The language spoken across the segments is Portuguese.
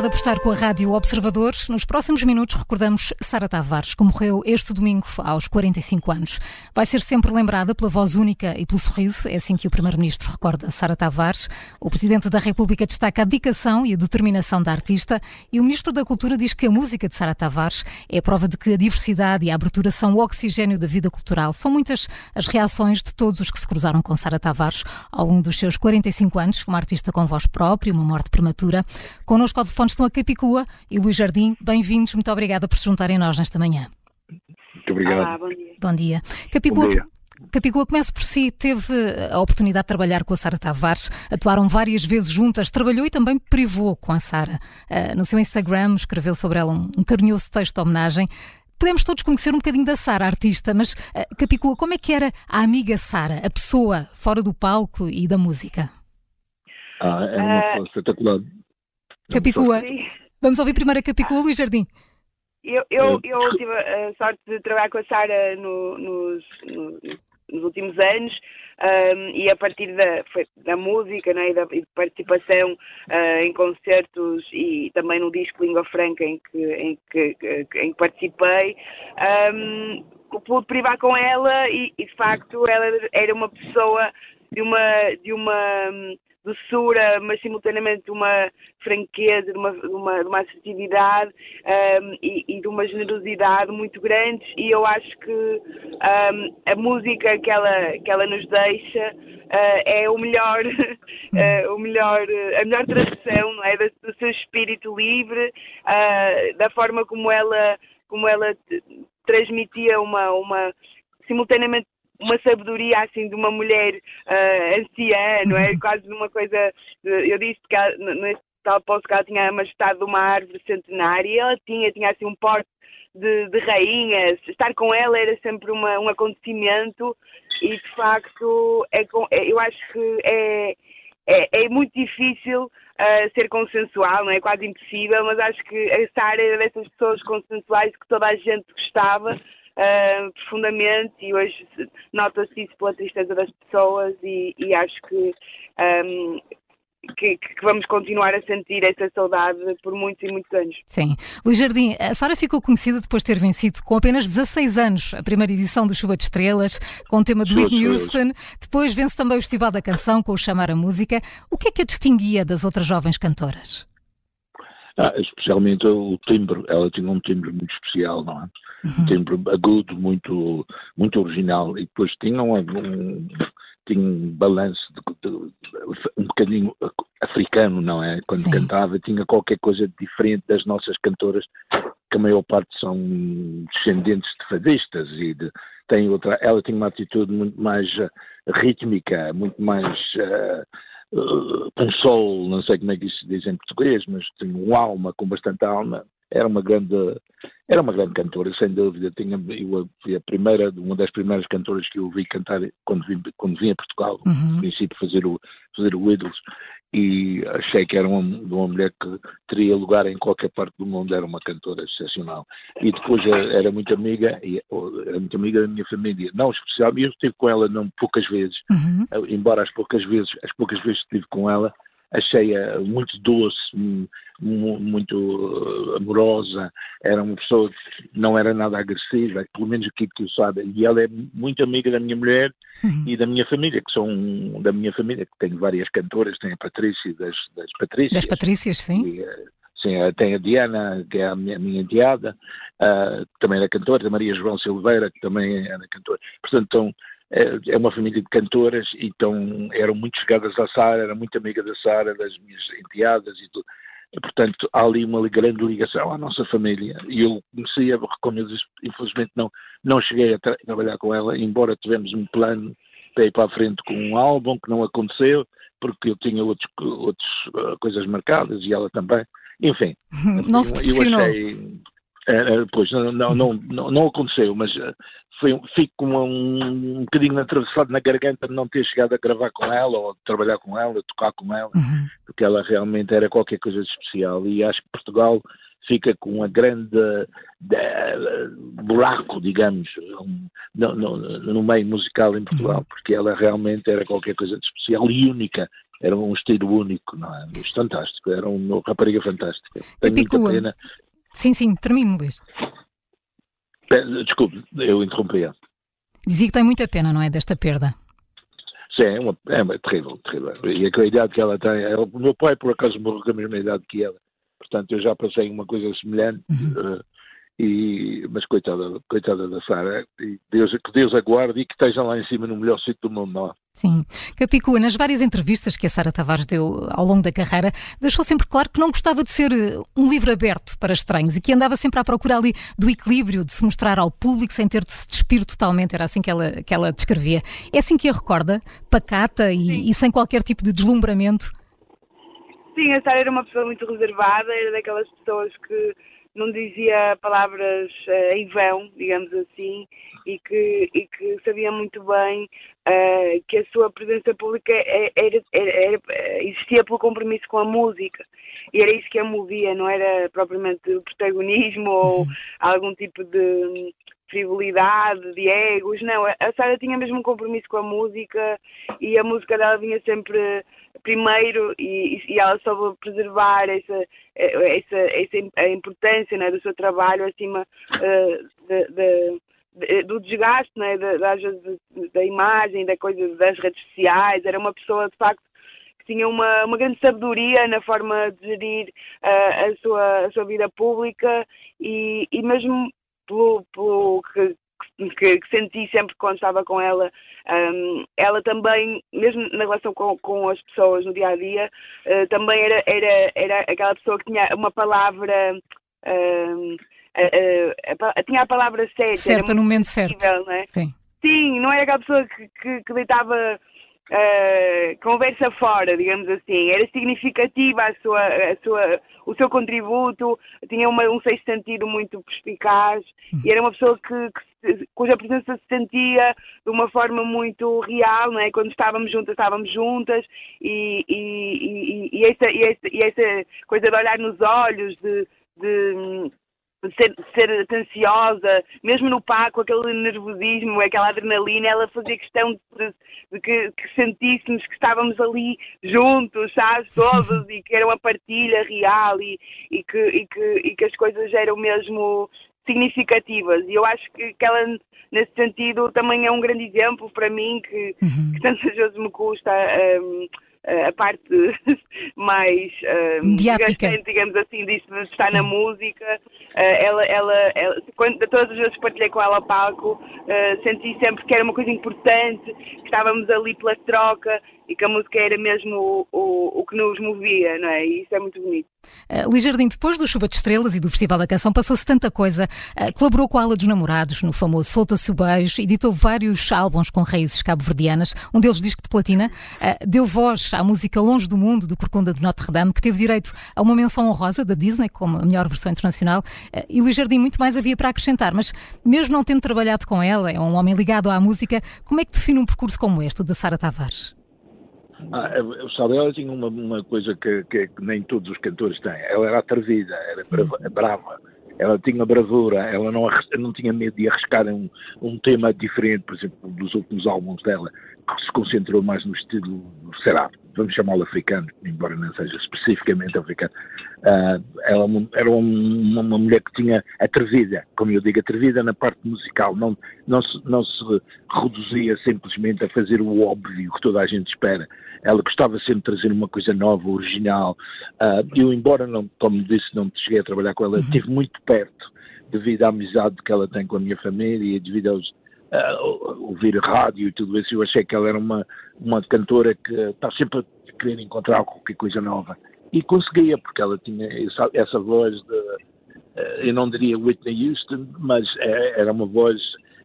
Obrigada por estar com a Rádio Observador. Nos próximos minutos recordamos Sara Tavares, que morreu este domingo aos 45 anos. Vai ser sempre lembrada pela voz única e pelo sorriso. É assim que o Primeiro-Ministro recorda Sara Tavares. O Presidente da República destaca a dedicação e a determinação da artista. E o Ministro da Cultura diz que a música de Sara Tavares é a prova de que a diversidade e a abertura são o oxigénio da vida cultural. São muitas as reações de todos os que se cruzaram com Sara Tavares ao longo dos seus 45 anos, uma artista com voz própria, uma morte prematura. Connosco ao telefone estão a Capicua e Luís Jardim. Bem-vindos, muito obrigada por se juntarem a nós nesta manhã. Muito obrigado. Olá, bom dia. Bom dia. Capicua, Bom dia. Capicua, comece por si. Teve a oportunidade de trabalhar com a Sara Tavares, atuaram várias vezes juntas, trabalhou e também privou com a Sara. No seu Instagram escreveu sobre ela um carinhoso texto de homenagem. Podemos todos conhecer um bocadinho da Sara, a artista, mas Capicua, como é que era a amiga Sara, a pessoa fora do palco e da música? É uma pessoa espetacular. Capicua, vamos ouvir primeiro a Capicua, Luís Jardim. Eu tive a sorte de trabalhar com a Sara nos últimos anos, e a partir da música, né, e da participação em concertos e também no disco Língua Franca em que participei, pude privar com ela e de facto ela era uma pessoa de uma doçura, mas simultaneamente de uma franqueza, de uma assertividade e de uma generosidade muito grandes, e eu acho que a música que ela nos deixa é a melhor tradução, não é? Do seu espírito livre, da forma como ela transmitia simultaneamente uma sabedoria assim de uma mulher anciã, não é? Quase uma coisa. Eu disse que nesse tal posto que ela tinha a majestade de uma árvore centenária, e ela tinha assim um porte de rainha. Estar com ela era sempre um acontecimento, e de facto eu acho que é muito difícil ser consensual, não é? Quase impossível, mas acho que a Sara era dessas pessoas consensuais que toda a gente gostava profundamente, e hoje nota-se isso pela tristeza das pessoas, e acho que vamos continuar a sentir essa saudade por muitos e muitos anos. Sim. Luís Jardim, a Sara ficou conhecida depois de ter vencido com apenas 16 anos a primeira edição do Chuva de Estrelas, com o tema de Whitney Houston. Depois vence também o Festival da Canção com o Chamar a Música. O que é que a distinguia das outras jovens cantoras? Especialmente o timbre. Ela tinha um timbre muito especial, não é? Um timbre agudo, muito, muito original, e depois tinha um balanço um bocadinho africano, não é? Quando Sim. cantava, tinha qualquer coisa diferente das nossas cantoras, que a maior parte são descendentes de fadistas, ela tinha uma atitude muito mais rítmica, muito mais com soul, não sei como é que isso se diz em português, mas tinha alma, com bastante alma. Era uma grande cantora, sem dúvida. Eu fui uma das primeiras cantoras que eu ouvi cantar quando vim a Portugal, no princípio fazer o Idols, e achei que era uma mulher que teria lugar em qualquer parte do mundo. Era uma cantora excepcional. E depois era muito amiga da minha família, não especial, e eu estive com ela não poucas vezes, embora as poucas vezes que estive com ela, achei-a muito doce, muito amorosa. Era uma pessoa que não era nada agressiva, pelo menos aquilo que eu saiba. E ela é muito amiga da minha mulher e da minha família, que são da minha família, que tenho várias cantoras. Tem a Patrícia das Patrícias. Das Patrícias, sim. E, sim, tem a Diana, que é a minha enteada, que também era cantora, a Maria João Silveira, que também era cantora. Portanto, é uma família de cantoras, e então eram muito chegadas à Sara, era muito amiga da Sara, das minhas enteadas e tudo. E, portanto, há ali uma grande ligação à nossa família. E eu comecei como eu disse, infelizmente não cheguei a trabalhar com ela, embora tivemos um plano para ir para a frente com um álbum, que não aconteceu, porque eu tinha outras coisas marcadas, e ela também. Enfim, não se proporcionou. Eu achei... Pois, não aconteceu, mas fico com um bocadinho atravessado na garganta de não ter chegado a gravar com ela, ou de trabalhar com ela, tocar com ela, porque ela realmente era qualquer coisa de especial, e acho que Portugal fica com uma grande buraco, digamos, no meio musical em Portugal, porque ela realmente era qualquer coisa de especial e única, era um estilo único, não é? Mas fantástico, era uma rapariga fantástica. Tenho Capicua. muita pena. Sim, termino, Luís. Desculpe, eu interrompi. Dizia que tem muita pena, não é, desta perda. Sim, é terrível. E com a idade que ela tem, o meu pai por acaso morreu com a mesma idade que ela, portanto eu já passei uma coisa semelhante, mas coitada da Sara, e que Deus aguarde e que esteja lá em cima no melhor sítio do mundo, não é? Sim. Capicua, nas várias entrevistas que a Sara Tavares deu ao longo da carreira, deixou sempre claro que não gostava de ser um livro aberto para estranhos e que andava sempre à procura ali do equilíbrio, de se mostrar ao público sem ter de se despir totalmente, era assim que ela descrevia. É assim que a recorda? Pacata e sem qualquer tipo de deslumbramento? Sim, a Sara era uma pessoa muito reservada, era daquelas pessoas que não dizia palavras em vão, digamos assim, e que sabia muito bem que a sua presença pública existia pelo compromisso com a música. E era isso que a movia, não era propriamente o protagonismo ou algum tipo de frivolidade, de egos, não. A Sara tinha mesmo um compromisso com a música e a música dela vinha sempre primeiro e ela soube preservar a importância, né, do seu trabalho acima do desgaste, né, da imagem, da coisa das redes sociais. Era uma pessoa de facto que tinha uma grande sabedoria na forma de gerir a sua vida pública e mesmo pelo que senti sempre quando estava com ela, ela também, mesmo na relação com as pessoas no dia-a-dia, também era aquela pessoa que tinha uma palavra, tinha a palavra certa no momento certo. Não é? Sim, não era aquela pessoa que deitava conversa fora, digamos assim. Era significativa o seu contributo, tinha um sexto sentido muito perspicaz e era uma pessoa cuja presença se sentia de uma forma muito real, não é? Quando estávamos juntas e essa coisa de olhar nos olhos, de ser atenciosa, mesmo no palco, aquele nervosismo, aquela adrenalina, ela fazia questão de que sentíssemos que estávamos ali juntos, sabes, todos, e que era uma partilha real e que as coisas eram mesmo significativas. E eu acho que ela, nesse sentido, também é um grande exemplo para mim, que tantas vezes me custa a parte mais desgastante, digamos assim, disso de estar na música. Todas as vezes que partilhei com ela ao palco, senti sempre que era uma coisa importante, que estávamos ali pela troca e que a música era mesmo o que nos movia, não é? E isso é muito bonito. Luís Jardim, depois do Chuva de Estrelas e do Festival da Canção, passou-se tanta coisa. Colaborou com a Ala dos Namorados, no famoso Solta-se o Beijo, editou vários álbuns com raízes cabo-verdianas, um deles disco de platina, deu voz à música Longe do Mundo, do Corcunda de Notre Dame, que teve direito a uma menção honrosa da Disney, como a melhor versão internacional, e Luís Jardim muito mais havia para acrescentar, mas mesmo não tendo trabalhado com ela, é um homem ligado à música, como é que define um percurso como este, o da Sara Tavares? Sabe, ela tinha uma coisa que nem todos os cantores têm. Ela era atrevida, era brava, ela tinha bravura, ela não tinha medo de arriscar um tema diferente, por exemplo, dos últimos álbuns dela, que se concentrou mais no estilo, será, vamos chamá-lo africano, embora não seja especificamente africano. Ela era uma mulher que tinha atrevida, como eu digo, atrevida na parte musical, não se reduzia simplesmente a fazer o óbvio que toda a gente espera. Ela gostava sempre de trazer uma coisa nova, original. Eu, embora, como disse, não cheguei a trabalhar com ela, estive muito perto devido à amizade que ela tem com a minha família e devido aos ouvir rádio e tudo isso. Eu achei que ela era uma cantora que está sempre a querer encontrar qualquer coisa nova. E conseguia, porque ela tinha essa voz de, eu não diria Whitney Houston, mas era uma voz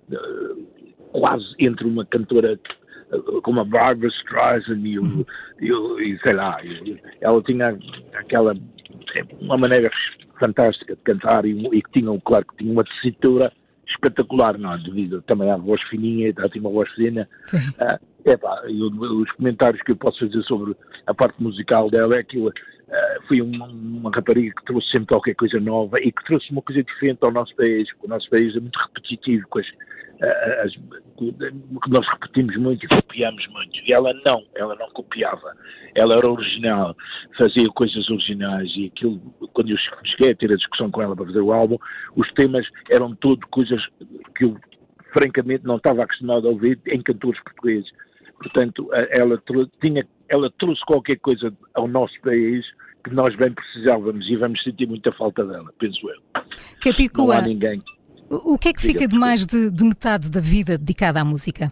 quase entre uma cantora como a Barbra Streisand e sei lá, ela tinha uma maneira fantástica de cantar e que tinha, claro, que tinha uma tessitura espetacular, não, devido também à voz fininha, ela tinha uma voz fina. Os comentários que eu posso fazer sobre a parte musical dela é que foi uma rapariga que trouxe sempre qualquer coisa nova e que trouxe uma coisa diferente ao nosso país, porque o nosso país é muito repetitivo com que nós repetimos muito e copiamos muito. E ela não copiava. Ela era original, fazia coisas originais, e aquilo, quando eu cheguei a ter a discussão com ela para fazer o álbum, os temas eram tudo coisas que eu francamente não estava acostumado a ouvir em cantores portugueses. Portanto, ela trouxe qualquer coisa ao nosso país que nós bem precisávamos, e vamos sentir muita falta dela, penso eu. Capicua, não há ninguém. O que é que fica de mais de metade da vida dedicada à música?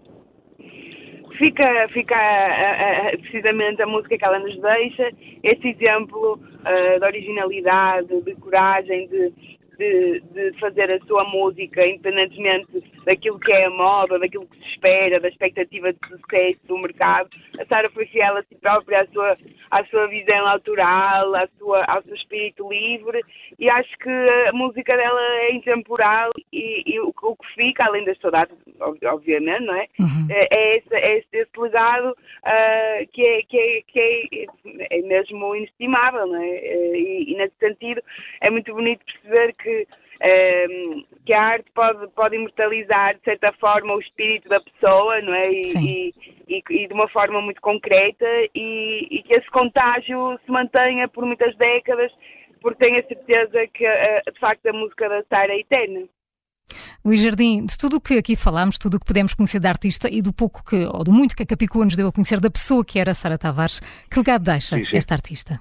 Fica precisamente a música que ela nos deixa, esse exemplo de originalidade, de coragem, de fazer a sua música independentemente daquilo que é a moda, daquilo que se espera, da expectativa de sucesso do mercado. A Sara foi fiel a si própria, à sua visão autoral, ao seu espírito livre, e acho que a música dela é intemporal, e o que fica, além das saudades, obviamente, não é? Uhum. É esse legado que é mesmo inestimável, não é? E nesse sentido é muito bonito perceber que a arte pode imortalizar, de certa forma, o espírito da pessoa, não é? E de uma forma muito concreta, e que esse contágio se mantenha por muitas décadas, porque tenho a certeza que, de facto, a música da Sara é eterna. Luís Jardim, de tudo o que aqui falámos, tudo o que pudemos conhecer da artista e do muito que a Capicua nos deu a conhecer da pessoa que era Sara Tavares, que legado deixa esta artista?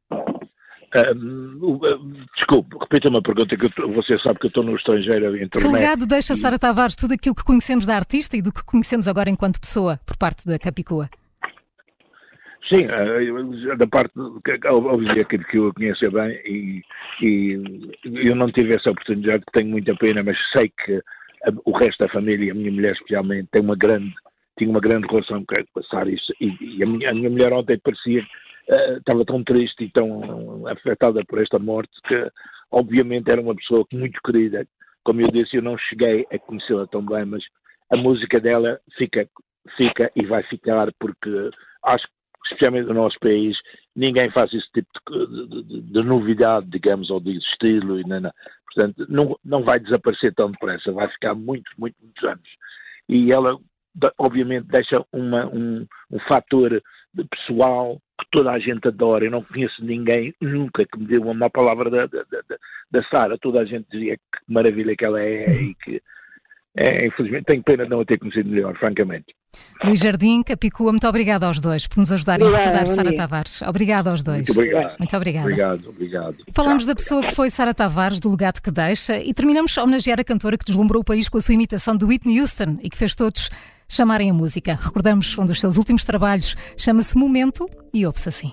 Desculpe, repita-me a pergunta, que você sabe que eu estou no estrangeiro. Que legado deixa Sara Tavares, tudo aquilo que conhecemos da artista e do que conhecemos agora enquanto pessoa, por parte da Capicua? Sim, da parte, óbvio que eu conheço bem, e eu não tive essa oportunidade, que tenho muita pena, mas sei que o resto da família, a minha mulher especialmente, tinha uma grande relação com a Sara, e a minha mulher ontem parecia... estava tão triste e tão afetada por esta morte, que obviamente era uma pessoa muito querida. Como eu disse, eu não cheguei a conhecê-la tão bem, mas a música dela fica e vai ficar, porque acho que, especialmente no nosso país, ninguém faz esse tipo de novidade, digamos, ou de estilo, e não. Portanto, não vai desaparecer tão depressa, vai ficar muitos anos. E ela, obviamente, deixa um fator pessoal que toda a gente adora. Eu não conheço ninguém nunca que me deu uma má palavra da Sara. Toda a gente dizia que maravilha que ela é, e que infelizmente tenho pena de não a ter conhecido melhor, francamente. Luís Jardim, Capicua, muito obrigado aos dois por nos ajudarem a recordar Sara Tavares. Obrigado aos dois. Muito obrigado. Muito obrigada. Obrigado. Falamos da pessoa que foi Sara Tavares, do legado que deixa, e terminamos a homenagear a cantora que deslumbrou o país com a sua imitação de Whitney Houston e que fez todos chamarem a música. Recordamos um dos seus últimos trabalhos, chama-se Momento, e ouve-se assim.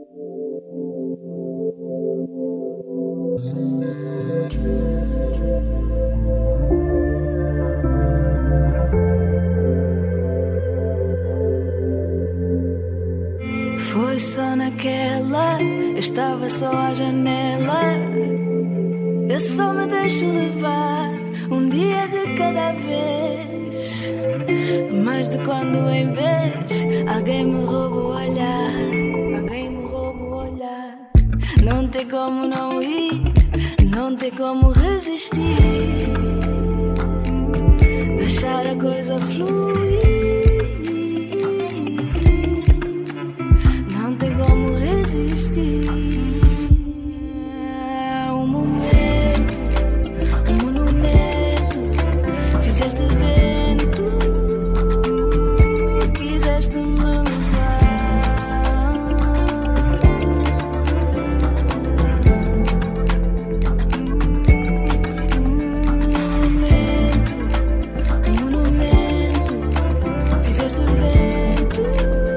Foi só naquela, eu estava só à janela. Eu só me deixo levar, um dia de cada vez. Mas de quando em vez alguém me rouba o olhar, não tem como não ir, não tem como resistir, deixar a coisa fluir. Não tem como resistir. Um momento, um monumento, fizeste vento, quiseste me levar. Um monumento, fizeste vento.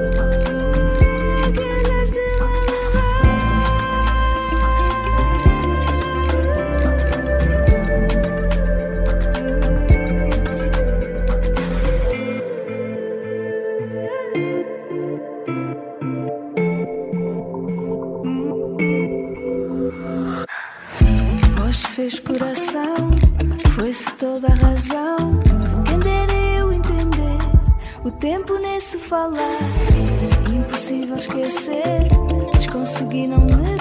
Fez coração, foi-se toda a razão. Quem dera eu entender o tempo nesse falar. Impossível esquecer, desconsegui não me